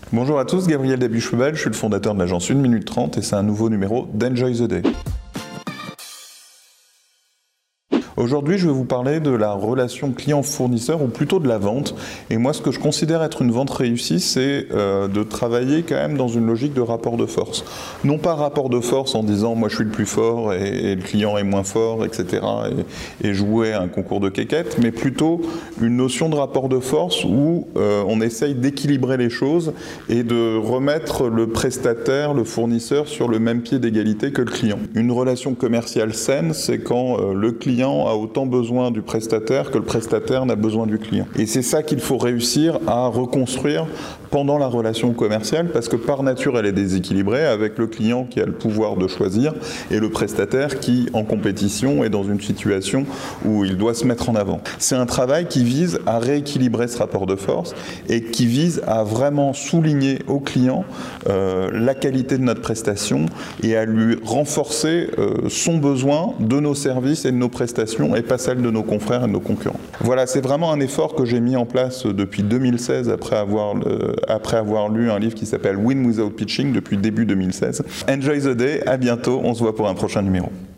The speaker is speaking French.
Bonjour à tous, Gabriel Dabuchebel, je suis le fondateur de l'agence 1 minute 30 et c'est un nouveau numéro d'Enjoy the Day. Aujourd'hui, je vais vous parler de la relation client-fournisseur, ou plutôt de la vente. Et moi, ce que je considère être une vente réussie, c'est de travailler quand même dans une logique de rapport de force. Non pas rapport de force en disant « moi je suis le plus fort et le client est moins fort, etc. » et jouer à un concours de quéquette, mais plutôt une notion de rapport de force où on essaye d'équilibrer les choses et de remettre le prestataire, le fournisseur, sur le même pied d'égalité que le client. Une relation commerciale saine, c'est quand le client a autant besoin du prestataire que le prestataire n'a besoin du client. Et c'est ça qu'il faut réussir à reconstruire pendant la relation commerciale, parce que par nature elle est déséquilibrée, avec le client qui a le pouvoir de choisir et le prestataire qui, en compétition, est dans une situation où il doit se mettre en avant. C'est un travail qui vise à rééquilibrer ce rapport de force et qui vise à vraiment souligner au client la qualité de notre prestation et à lui renforcer son besoin de nos services et de nos prestations et pas celle de nos confrères et de nos concurrents. Voilà, c'est vraiment un effort que j'ai mis en place depuis 2016 après avoir lu un livre qui s'appelle Win Without Pitching depuis début 2016. Enjoy the day, à bientôt, on se voit pour un prochain numéro.